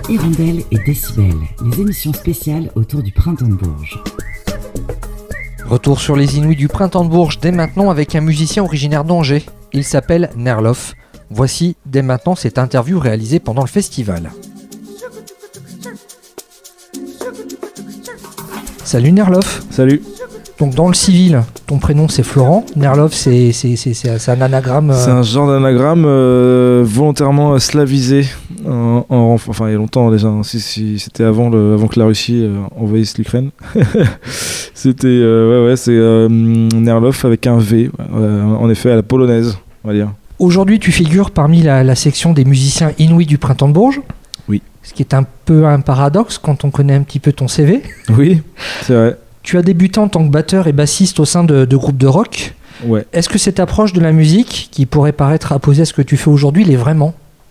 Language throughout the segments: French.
Hirondelle et Décibel, les émissions spéciales autour du Printemps de Bourges. Retour sur les Inouïs du Printemps de Bourges dès maintenant avec un musicien originaire d'Angers. Il s'appelle Nerlof. Voici dès maintenant cette interview réalisée pendant le festival. Salut Nerlof. Salut. Donc dans le civil, ton prénom c'est Florent. Nerlof c'est un anagramme. C'est un genre d'anagramme volontairement slavisé. Enfin il y a longtemps déjà. Si c'était avant que la Russie envahisse l'Ukraine. C'était c'est Nerlof avec un V. En effet à la polonaise, on va dire. Aujourd'hui tu figures parmi la section des musiciens Inouïs du Printemps de Bourges. Oui. Ce qui est un peu un paradoxe quand on connaît un petit peu ton CV. Oui, c'est vrai. Tu as débuté en tant que batteur et bassiste au sein de groupes de rock. Ouais. Est-ce que cette approche de la musique, qui pourrait paraître opposée à ce que tu fais aujourd'hui, l'est vraiment ?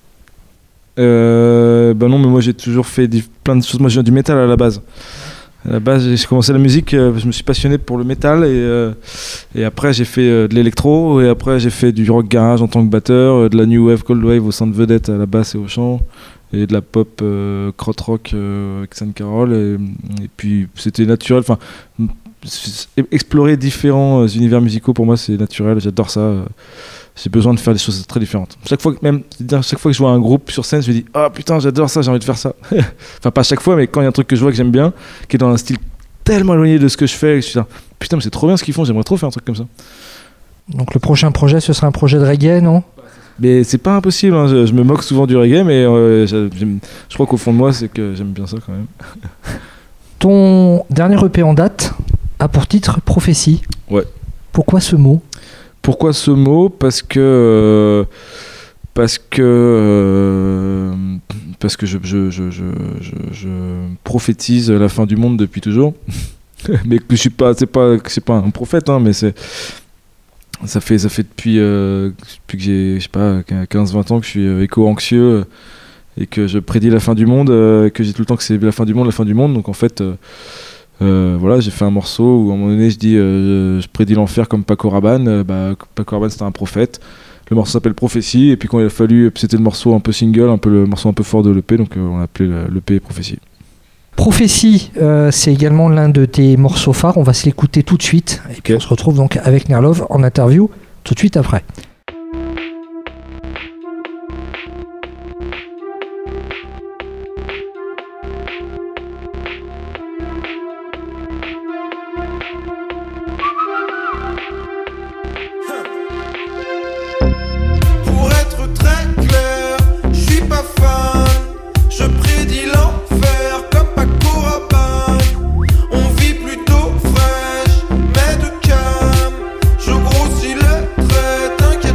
Non, mais moi j'ai toujours fait plein de choses. Moi je viens du métal à la base. À la base, j'ai commencé la musique, je me suis passionné pour le métal et après j'ai fait de l'électro et après j'ai fait du rock garage en tant que batteur, de la new wave, cold wave au sein de Vedette à la basse et au chant. Et de la pop krautrock avec San Carol et puis c'était naturel, enfin explorer différents univers musicaux pour moi c'est naturel, j'adore ça, j'ai besoin de faire des choses très différentes. Chaque fois que je vois un groupe sur scène je me dis ah putain j'adore ça, j'ai envie de faire ça. Enfin pas chaque fois mais quand il y a un truc que je vois que j'aime bien qui est dans un style tellement éloigné de ce que je fais, je suis là, putain mais c'est trop bien ce qu'ils font, j'aimerais trop faire un truc comme ça. Donc le prochain projet ce sera un projet de reggae, non ? Mais c'est pas impossible, hein. Je me moque souvent du reggae, mais je crois qu'au fond de moi, c'est que j'aime bien ça quand même. Ton dernier EP en date a pour titre Prophétie. Ouais. Pourquoi ce mot ? Pourquoi ce mot ? Parce que je prophétise la fin du monde depuis toujours. Mais que je suis pas, c'est pas un prophète, hein, mais ça fait depuis que j'ai, je sais pas, 15-20 ans que je suis éco-anxieux et que je prédis la fin du monde, que j'ai tout le temps que c'est la fin du monde. Donc en fait, voilà, j'ai fait un morceau où à un moment donné je dis je prédis l'enfer comme Paco Rabanne. Paco Rabanne c'était un prophète. Le morceau s'appelle Prophétie et puis quand il a fallu, c'était le morceau un peu single, le morceau un peu fort de l'EP, donc on l'a appelé l'EP Prophétie. Prophétie, c'est également l'un de tes morceaux phares. On va se l'écouter tout de suite. Et puis on se retrouve donc avec Nerlof en interview tout de suite après. Pour être très clair, je suis pas fan. Je prédis l'enfer comme Paco Rabanne. On vit plutôt fraîche, mais de calme. Je grossis le trait, t'inquiète.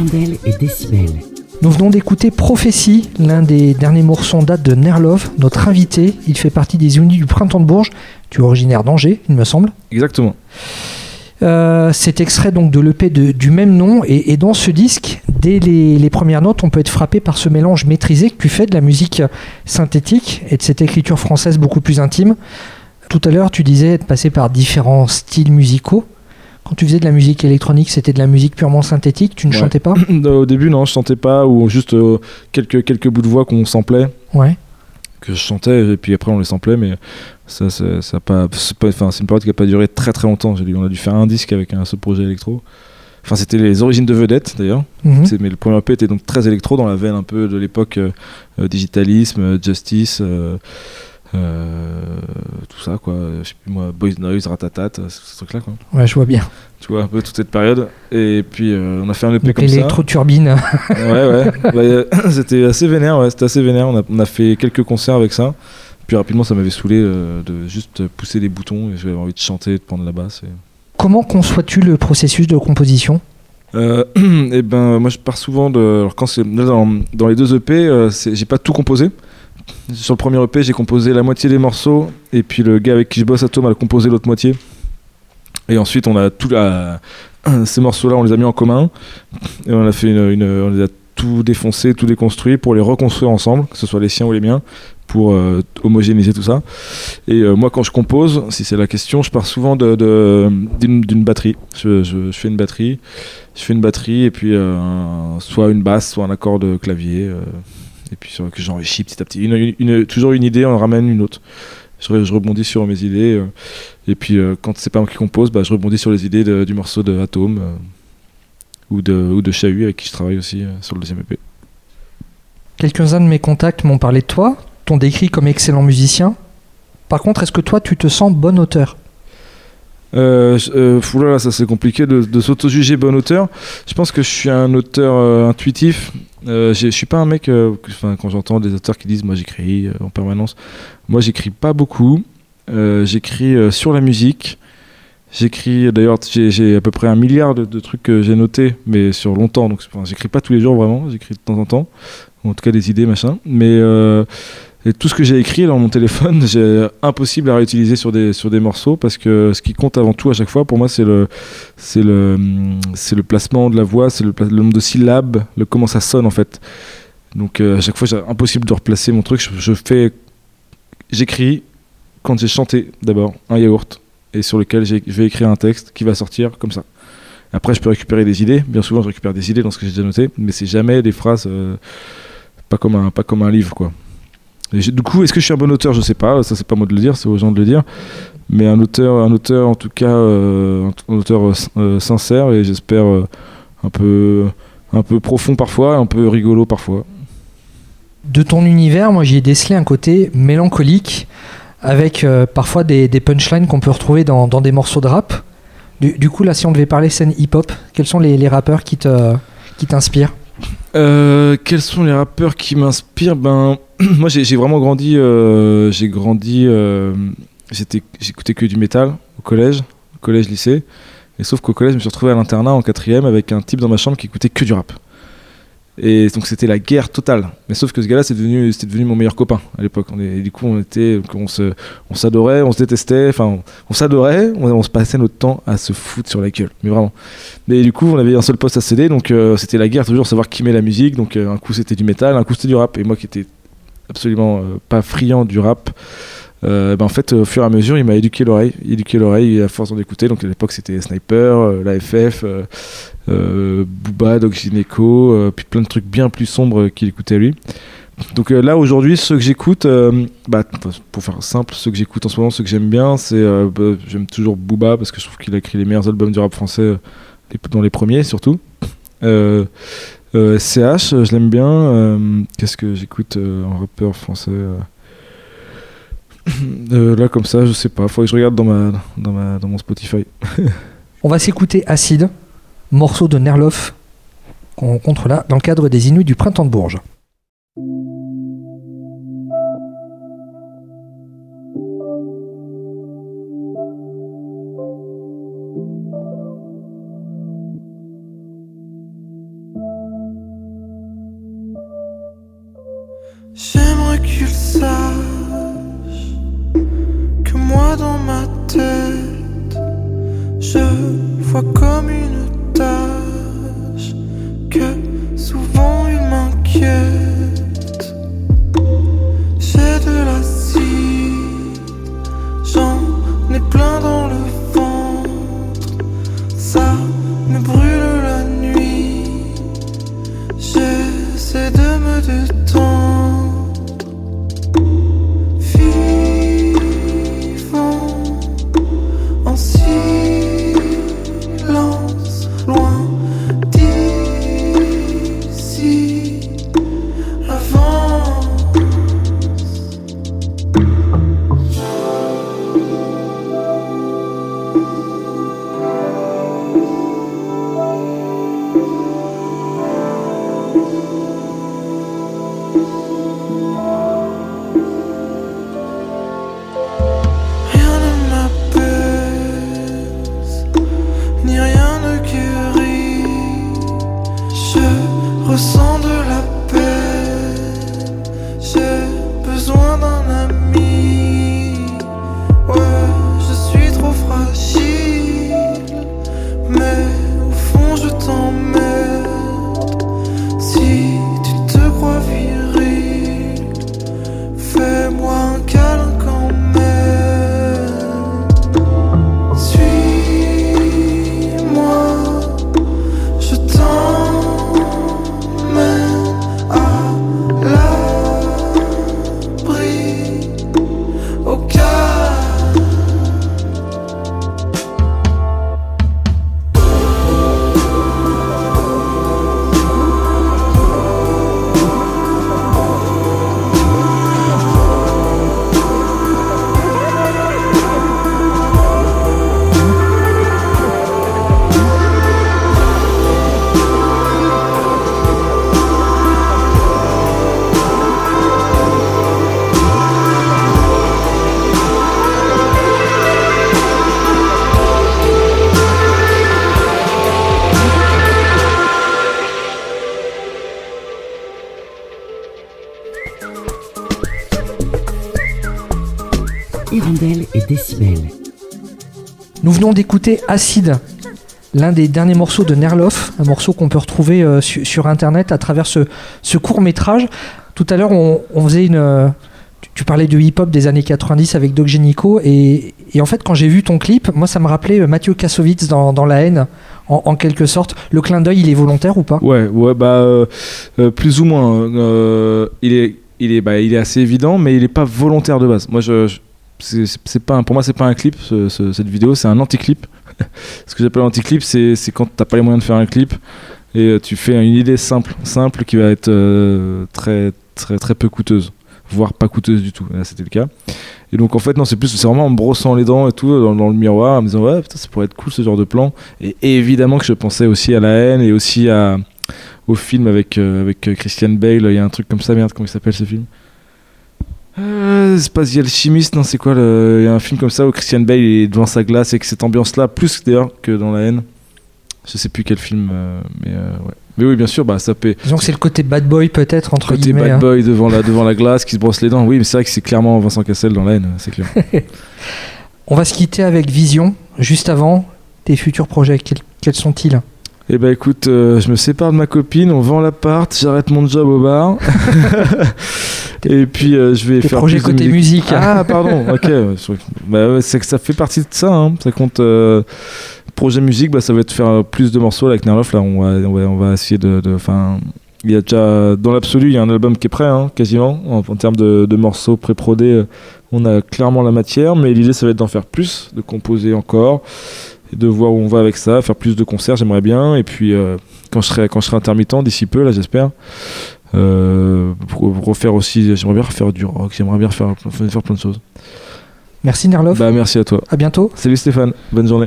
Chandelle et Décibel. Nous venons d'écouter Prophétie, l'un des derniers morceaux en date de Nerlov, notre invité. Il fait partie des Inuits du Printemps de Bourges. Tu es originaire d'Angers, il me semble. Exactement. C'est extrait donc de l'EP du même nom, et dans ce disque, dès les premières notes, on peut être frappé par ce mélange maîtrisé que tu fais de la musique synthétique et de cette écriture française beaucoup plus intime. Tout à l'heure, tu disais être passé par différents styles musicaux. Quand tu faisais de la musique électronique, c'était de la musique purement synthétique, tu ne chantais pas ? Au début, non, je chantais pas, ou juste quelques bouts de voix qu'on samplait. Ouais. Que je chantais, et puis après on les samplait, mais ça pas, c'est une période qui n'a pas duré très très longtemps. On a dû faire un disque avec ce projet électro. Enfin, c'était les origines de Vedette d'ailleurs. Mais le premier EP était donc très électro, dans la veine un peu de l'époque digitalisme, Justice, tout ça quoi. Je sais plus moi, Boys Noise, Ratatat, ce truc là quoi. Ouais, je vois bien. Tu vois un peu toute cette période. Et puis on a fait un EP donc comme ça. L'électro-turbine. Ouais. C'était assez vénère, On a fait quelques concerts avec ça. Puis rapidement, ça m'avait saoulé de juste pousser les boutons, et j'avais envie de chanter, de prendre la basse. Comment conçois-tu le processus de composition ? Et ben, moi, je pars souvent de. Alors, quand c'est dans les deux EP, j'ai pas tout composé. Sur le premier EP, j'ai composé la moitié des morceaux, et puis le gars avec qui je bosse, Atom, a composé l'autre moitié. Et ensuite, on a ces morceaux-là, on les a mis en commun, et on a fait on les a tout défoncés, tout déconstruits pour les reconstruire ensemble, que ce soit les siens ou les miens, pour homogénéiser tout ça. Et moi, quand je compose, si c'est la question, je pars souvent d'une batterie. Je fais une batterie, et puis soit une basse, soit un accord de clavier, et puis que j'enrichis petit à petit. Toujours une idée, on ramène une autre. Je rebondis sur mes idées, et puis quand c'est pas moi qui compose, je rebondis sur les idées du morceau de Atom ou de Chahut, avec qui je travaille aussi sur le deuxième EP. Quelques-uns de mes contacts m'ont parlé de toi, t'ont décrit comme excellent musicien. Par contre, est-ce que toi, tu te sens bon auteur ? Là, ça c'est compliqué de s'auto-juger bon auteur. Je pense que je suis un auteur intuitif. Je suis pas un mec, quand j'entends des auteurs qui disent moi j'écris en permanence, moi j'écris pas beaucoup. J'écris sur la musique. D'ailleurs, j'ai à peu près 1 milliard de trucs que j'ai notés, mais sur longtemps. Donc j'écris pas tous les jours vraiment, j'écris de temps en temps, en tout cas des idées machin. Mais et tout ce que j'ai écrit dans mon téléphone, c'est impossible à réutiliser sur des morceaux, parce que ce qui compte avant tout à chaque fois pour moi, c'est le placement de la voix, c'est le nombre de syllabes, comment ça sonne en fait. Donc à chaque fois, c'est impossible de replacer mon truc. J'écris quand j'ai chanté d'abord un yaourt, et sur lequel je vais écrire un texte qui va sortir comme ça. Après, je peux récupérer des idées. Bien souvent, je récupère des idées dans ce que j'ai déjà noté, mais c'est jamais des phrases pas comme un livre quoi. Et du coup, est-ce que je suis un bon auteur ? Je sais pas, ça c'est pas moi de le dire, c'est aux gens de le dire. Mais un auteur en tout cas, un auteur sincère, et j'espère un peu profond parfois, un peu rigolo parfois. De ton univers, moi j'y ai décelé un côté mélancolique, avec parfois des punchlines qu'on peut retrouver dans des morceaux de rap. Du coup, là, si on devait parler scène hip-hop, quels sont les rappeurs qui t'inspirent ? Quels sont les rappeurs qui m'inspirent ? Moi j'ai vraiment grandi, j'écoutais que du métal au collège, lycée, et sauf qu'au collège je me suis retrouvé à l'internat en 4ème avec un type dans ma chambre qui écoutait que du rap. Et donc c'était la guerre totale. Mais sauf que ce gars-là, c'était devenu mon meilleur copain à l'époque. Du coup, on s'adorait, on se détestait. Enfin, on s'adorait, on se passait notre temps à se foutre sur la gueule. Mais vraiment. Mais du coup, on avait un seul poste à céder, donc c'était la guerre toujours, savoir qui met la musique. Donc un coup c'était du métal, un coup c'était du rap. Et moi qui étais absolument pas friand du rap, en fait, au fur et à mesure, il m'a éduqué l'oreille à force d'en écouter. Donc à l'époque, c'était Sniper, l'AFF, Booba, Doc Gineco, puis plein de trucs bien plus sombres qu'il écoutait lui. Donc là, aujourd'hui, ceux que j'écoute, pour faire simple, ceux que j'écoute en ce moment, ceux que j'aime bien, j'aime toujours Booba, parce que je trouve qu'il a écrit les meilleurs albums du rap français, dans les premiers surtout. CH, je l'aime bien. Qu'est-ce que j'écoute en rappeur français là comme ça, je sais pas. Faudrait que je regarde dans mon Spotify. On va s'écouter Acide, morceau de Nerlov qu'on rencontre là dans le cadre des Inuits du Printemps de Bourges. J'aimerais qu'il sache que moi dans ma tête, je vois comme une tâche, que souvent il m'inquiète. J'ai de l'acide, j'en ai plein dans le ventre, ça me brûle la nuit. J'essaie de me détendre. Vivons en silence, loin d'ici. Avance. Rien ne m'apaise, ni rien ne guérit. Je ressens de la peine, j'ai besoin d'un ami. Ouais, je suis trop fragile, mais au fond je t'emmerde. Si tu te crois viril, fais-moi un câlin quand même. Suis-moi, je t'emmène à l'abri, au calme. Hirondelle et Décibel. Nous venons d'écouter Acide, l'un des derniers morceaux de Nerloff, un morceau qu'on peut retrouver sur internet à travers ce court métrage. Tout à l'heure on faisait tu parlais de hip-hop des années 90 avec Doc Génico et en fait quand j'ai vu ton clip, moi ça me rappelait Mathieu Kassovitz dans La Haine en quelque sorte. Le clin d'œil il est volontaire ou pas? Ouais, plus ou moins. Il est assez évident, mais il est pas volontaire de base. Moi pour moi c'est pas un clip, cette vidéo c'est un anti-clip. Ce que j'appelle anti-clip, c'est quand t'as pas les moyens de faire un clip et tu fais une idée simple qui va être très très très peu coûteuse, voire pas coûteuse du tout. Là c'était le cas. Et donc en fait non, c'est vraiment en me brossant les dents et tout dans le miroir, en me disant ouais putain ça pourrait être cool ce genre de plan. Et évidemment que je pensais aussi à La Haine et aussi au film avec Christian Bale. Il y a un truc comme ça, merde, comment il s'appelle ce film? C'est pas The Alchemist, non c'est quoi il y a un film comme ça où Christian Bale est devant sa glace avec cette ambiance là, plus d'ailleurs que dans La Haine. Je sais plus quel film, mais ouais. Mais oui bien sûr, ça peut. Disons que c'est le côté bad boy peut-être entre côté guillemets. Bad boy devant la glace qui se brosse les dents. Oui mais c'est vrai que c'est clairement Vincent Cassel dans La Haine, c'est clair. On va se quitter avec Vision. Juste avant, tes futurs projets, quels sont-ils? Eh ben écoute, je me sépare de ma copine, on vend l'appart, j'arrête mon job au bar. Et puis je vais faire projets plus de côté musique. Ah pardon, ok. C'est que ça fait partie de ça, hein. Ça compte. Projet musique, ça va être faire plus de morceaux avec Nerloff. Là, on va essayer de. Il y a déjà dans l'absolu, il y a un album qui est prêt, hein, quasiment en termes de morceaux pré-prodés. On a clairement la matière, mais l'idée ça va être d'en faire plus, de composer encore. De voir où on va avec ça, faire plus de concerts, j'aimerais bien. Et puis quand je serai intermittent d'ici peu, là j'espère, pour refaire aussi, j'aimerais bien refaire du rock, j'aimerais bien faire plein de choses. Merci Nerloff. Merci à toi. À bientôt. Salut Stéphane, bonne journée.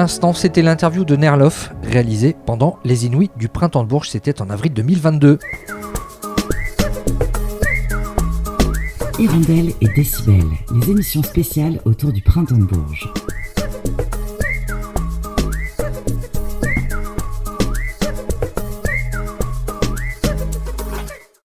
l'instant, c'était l'interview de Nerloff, réalisée pendant les Inuits du Printemps de Bourges. C'était en avril 2022. Hirondelle et Décibel, les émissions spéciales autour du Printemps de Bourges.